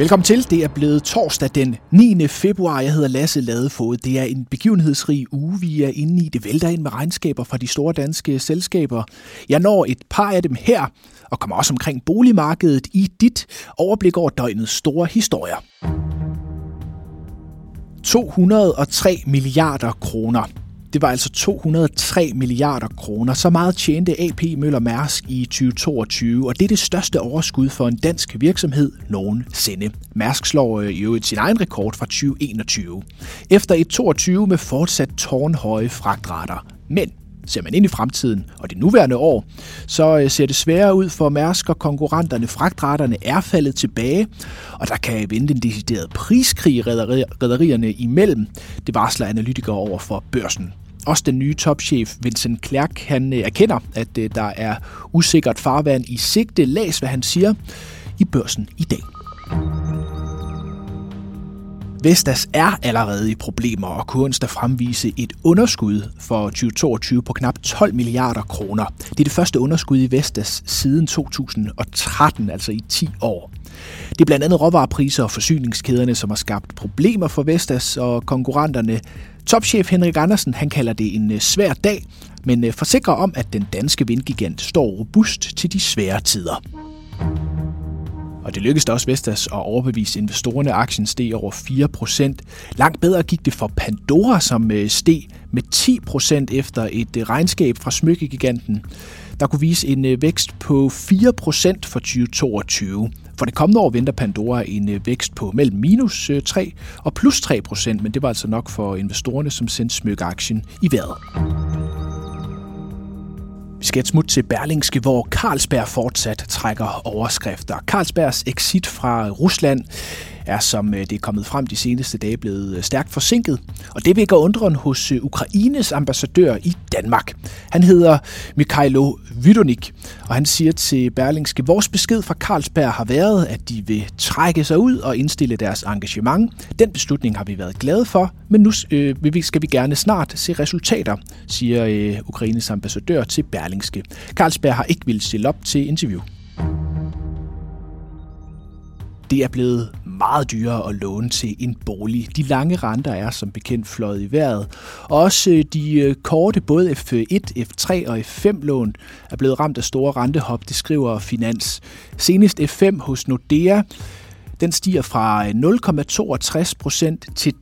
Velkommen til. Det er blevet torsdag den 9. februar. Jeg hedder Lasse Ladefoged. Det er en begivenhedsrig uge, vi er inde i. Det vælter ind med regnskaber fra de store danske selskaber. Jeg når et par af dem her, og kommer også omkring boligmarkedet i dit overblik over døgnets store historier. 203 milliarder kroner. Det var altså 203 milliarder kroner. Så meget tjente AP Møller Mærsk i 2022, og det er det største overskud for en dansk virksomhed nogensinde. Mærsk slår i øvrigt sin egen rekord fra 2021. Efter et 22 med fortsat tårnhøje fragtrater. Men ser man ind i fremtiden og det nuværende år, så ser det sværere ud for Mærsk og konkurrenterne. Fragtraterne er faldet tilbage, og der kan vente en decideret priskrig rederierne imellem. Det varsler analytikere over for Børsen. Også den nye topchef Vincent Clerc, han erkender, at der er usikkert farvand i sigte. Læs, hvad han siger i Børsen i dag. Vestas er allerede i problemer og kunne onsdag fremvise et underskud for 2022 på knap 12 milliarder kroner. Det er det første underskud i Vestas siden 2013, altså i 10 år. Det er blandt andet råvarepriser og forsyningskæderne, som har skabt problemer for Vestas og konkurrenterne. Topchef Henrik Andersen, han kalder det en svær dag, men forsikrer om, at den danske vindgigant står robust til de svære tider. Og det lykkedes også Vestas at overbevise investorerne. Aktien steg over 4%. Langt bedre gik det for Pandora, som steg med 10% efter et regnskab fra smykkegiganten, der kunne vise en vækst på 4% for 2022. For det kommende år venter Pandora en vækst på mellem minus 3 og plus 3%, men det var altså nok for investorerne, som sendte smykkeaktien i vejret. Vi skal et smut til Berlingske, hvor Carlsberg fortsat trækker overskrifter. Carlsbergs exit fra Rusland er, som det er kommet frem de seneste dage, blevet stærkt forsinket. Og det vækker undren hos Ukraines ambassadør i Danmark. Han hedder Mikhailo Vydonik, og han siger til Berlingske: vores besked fra Carlsberg har været, at de vil trække sig ud og indstille deres engagement. Den beslutning har vi været glade for, men nu skal vi gerne snart se resultater, siger Ukraines ambassadør til Berlingske. Carlsberg har ikke villet stille op til interview. Det er blevet meget dyrere at låne til en bolig. De lange renter er som bekendt fløjet i vejret. Også de korte, både F1, F3 og F5-lån, er blevet ramt af store rentehop, det skriver Finans. Senest F5 hos Nordea, den stiger fra 0,62% til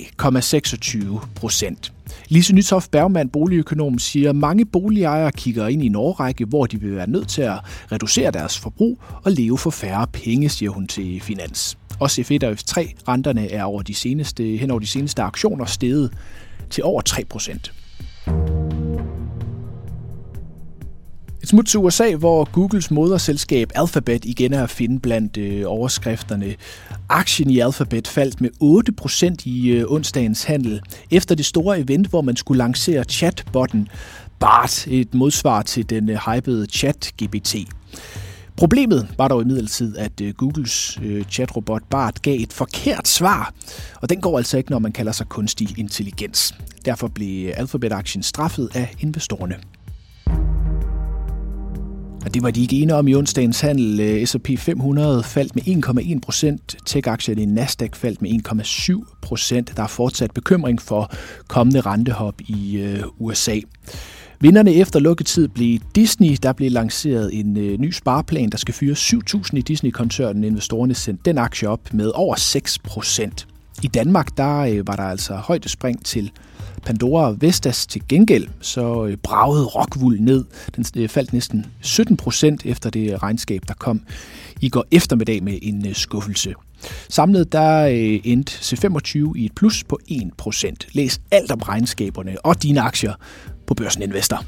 3,26%. Lise Nytoft Bergmann, boligøkonom, siger, at mange boligejere kigger ind i en årrække, hvor de vil være nødt til at reducere deres forbrug og leve for færre penge, siger hun til Finans. Også F1 og F3-renterne er hen over de seneste auktioner steget til over 3%. Et smut til USA, hvor Googles moderselskab Alphabet igen er at finde blandt overskrifterne. Aktien i Alphabet faldt med 8% i onsdagens handel, efter det store event, hvor man skulle lancere chatbotten BART, et modsvar til den hypede ChatGPT. Problemet var dog imidlertid, at Googles chatrobot BART gav et forkert svar, og den går altså ikke, når man kalder sig kunstig intelligens. Derfor blev Alphabet-aktien straffet af investorerne. Og det var de ikke enige om i onsdagens handel. S&P 500 faldt med 1,1%. Tech-aktierne i Nasdaq faldt med 1,7%. Der er fortsat bekymring for kommende rentehop i USA. Vinderne efter lukketid blev Disney. Der blev lanceret en ny spareplan, der skal fyre 7.000 i Disney-koncernen. Investorerne sendte den aktie op med over 6%. I Danmark der var der altså højdespring til Pandora og Vestas. Til gengæld så bragede Rockwool ned. Den faldt næsten 17% efter det regnskab, der kom i går eftermiddag med en skuffelse. Samlet der endte C25 i et plus på 1%. Læs alt om regnskaberne og dine aktier på Børsen Investor.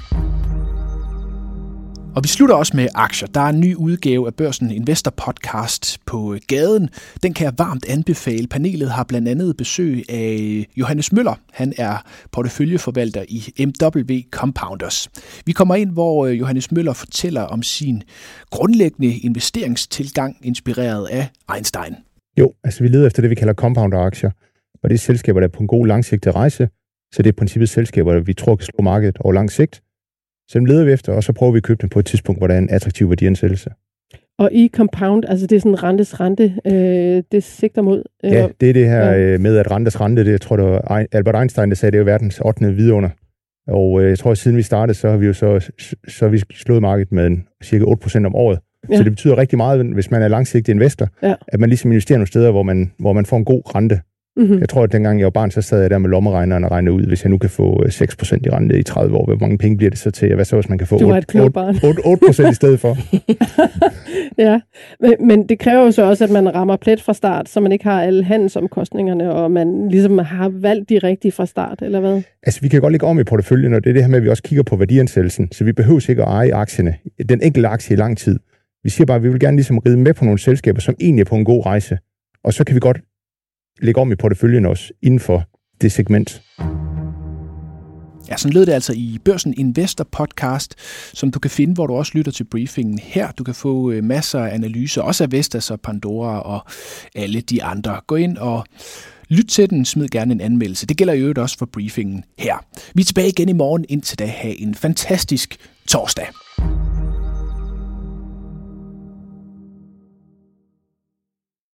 Og vi slutter også med aktier. Der er en ny udgave af Børsen Investor podcast på gaden. Den kan jeg varmt anbefale. Panelet har blandt andet besøg af Johannes Møller. Han er porteføljeforvalter i MW Compounders. Vi kommer ind, hvor Johannes Møller fortæller om sin grundlæggende investeringstilgang, inspireret af Einstein. Jo, altså vi leder efter det, vi kalder compounder-aktier. Og det er selskaber, der er på en god langsigtet rejse. Så det er i princippet selskaber, vi tror kan slå markedet over lang sigt. Så dem leder vi efter, og så prøver vi at købe dem på et tidspunkt, hvor der er en attraktiv værdiansættelse. Og i compound, altså det er sådan rentes rente, det sigter mod. Ja, det er det her med, at rentes rente, det jeg tror, det var Albert Einstein, der sagde, det er jo verdens 8. vidunder. Og jeg tror, at siden vi startede, så har vi jo så har vi slået markedet med cirka 8% om året. Ja. Så det betyder rigtig meget, hvis man er langsigtet investor, at man ligesom investerer nogle steder, hvor man får en god rente. Mm-hmm. Jeg tror, at dengang jeg var barn, så sad jeg der med lommeregneren og regnede ud, hvis jeg nu kan få 6% i rente i 30 år, hvor mange penge bliver det så til? Hvad så, hvis man kan få 8% i stedet for? Ja, men det kræver jo så også, at man rammer plet fra start, så man ikke har alle handelsomkostningerne, og man ligesom har valgt de rigtige fra start, eller hvad? Altså, vi kan godt lægge om i porteføljen, og det er det her med, at vi også kigger på værdiansættelsen, så vi behøver ikke at eje aktierne, den enkelte aktie i lang tid. Vi siger bare, at vi vil gerne ligesom ride med på nogle selskaber, som egentlig er på en god rejse, og så kan vi godt lægge om i porteføljen også inden for det segment. Ja, sådan lød det altså i Børsen Investor podcast, som du kan finde, hvor du også lytter til briefingen her. Du kan få masser af analyser, også af Vestas og Pandora og alle de andre. Gå ind og lyt til den, smid gerne en anmeldelse. Det gælder i øvrigt også for briefingen her. Vi er tilbage igen i morgen. Indtil da, have en fantastisk torsdag.